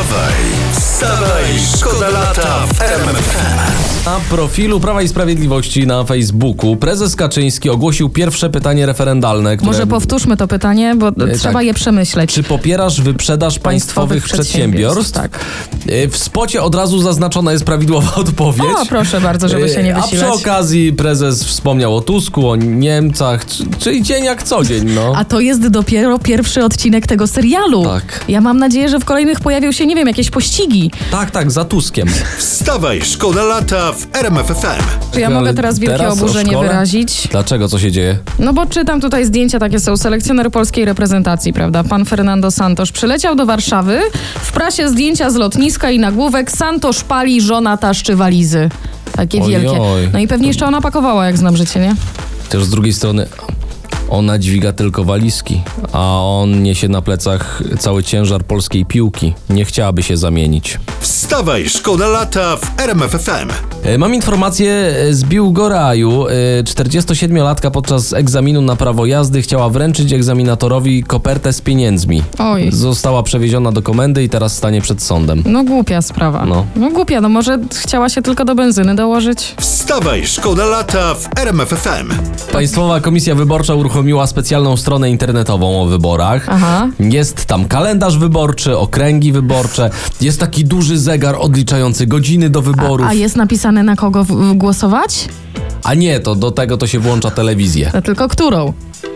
Wstawaj, szkoda lata w RMF FM. Na profilu Prawa i Sprawiedliwości na Facebooku prezes Kaczyński ogłosił pierwsze pytanie referendalne, które... Może powtórzmy to pytanie, bo trzeba je przemyśleć. Czy popierasz wyprzedaż państwowych przedsiębiorstw? Tak. W spocie od razu zaznaczona jest prawidłowa odpowiedź. O, proszę bardzo, żeby się nie wysilać. A przy okazji prezes wspomniał o Tusku, o Niemcach, czyli dzień jak co dzień, no. A to jest dopiero pierwszy odcinek tego serialu. Tak. Ja mam nadzieję, że w kolejnych pojawią się, nie wiem, jakieś pościgi. Tak, za Tuskiem. Wstawaj, szkoda lata w RMF FM. Czy ja mogę teraz wielkie oburzenie wyrazić? Dlaczego? Co się dzieje? No bo czytam tutaj zdjęcia, takie są, selekcjoner polskiej reprezentacji, prawda? Pan Fernando Santos przyleciał do Warszawy, w prasie zdjęcia z lotniska i nagłówek: Santos pali, żona taszczy walizy. Takie wielkie. No i pewnie jeszcze ona pakowała, jak znam życie, nie? Też z drugiej strony ona dźwiga tylko walizki, a on niesie na plecach cały ciężar polskiej piłki. Nie chciałaby się zamienić. Wstawaj, szkoda lata w RMF FM. Mam informację z Biłgoraju. 47-latka podczas egzaminu na prawo jazdy chciała wręczyć egzaminatorowi kopertę z pieniędzmi. Oj. Została przewieziona do komendy i teraz stanie przed sądem. No głupia sprawa. No głupia, no może chciała się tylko do benzyny dołożyć. Wstawaj, szkoda lata w RMF FM. Państwowa Komisja Wyborcza uruchomiła specjalną stronę internetową o wyborach. Aha. Jest tam kalendarz wyborczy, okręgi wyborcze. Jest taki duży zegar odliczający godziny do wyborów. A jest napisane, na kogo głosować? A nie, to do tego to się włącza telewizję. No tylko którą?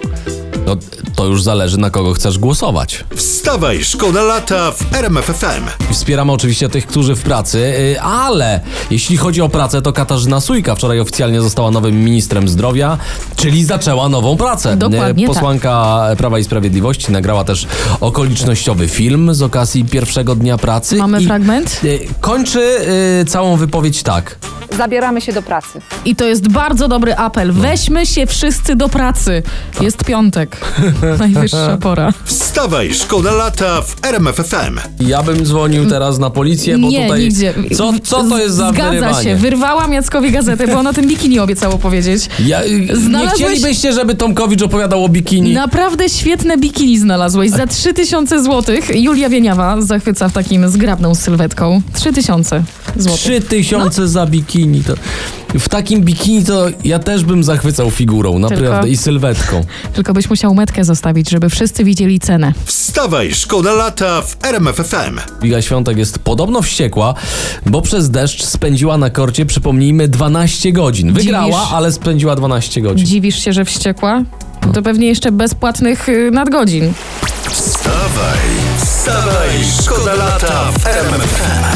No, to już zależy, na kogo chcesz głosować. Wstawaj, szkoda lata w RMF FM. Wspieramy oczywiście tych, którzy w pracy, ale jeśli chodzi o pracę, to Katarzyna Sójka wczoraj oficjalnie została nowym ministrem zdrowia, czyli zaczęła nową pracę. Dokładnie Posłanka Prawa i Sprawiedliwości nagrała też okolicznościowy film z okazji pierwszego dnia pracy. Mamy fragment? Kończy całą wypowiedź tak. Zabieramy się do pracy. I to jest bardzo dobry apel. Weźmy się wszyscy do pracy. Jest piątek. Najwyższa pora. Wstawaj, szkoda lata w RMF FM. Ja bym dzwonił teraz na policję, bo nie, tutaj... nigdzie. Co to jest za Zgadza wyrywanie? się. Wyrwałam Jackowi gazetę, bo on o tym bikini obiecał powiedzieć. Nie chcielibyście, żeby Tomkowicz opowiadał o bikini? Naprawdę świetne bikini znalazłeś. Za 3000 zł. Julia Wieniawa zachwyca w takim zgrabną sylwetką. 3000 zł. 3000 za bikini. To, w takim bikini to ja też bym zachwycał figurą, naprawdę, i sylwetką. Tylko byś musiał metkę zostawić, żeby wszyscy widzieli cenę. Wstawaj, szkoda lata w RMF FM. Iga Świątek jest podobno wściekła, bo przez deszcz spędziła na korcie, przypomnijmy, 12 godzin. Wygrała, ale spędziła 12 godzin. Dziwisz się, że wściekła? To pewnie jeszcze bezpłatnych nadgodzin. Wstawaj, szkoda lata w RMF FM.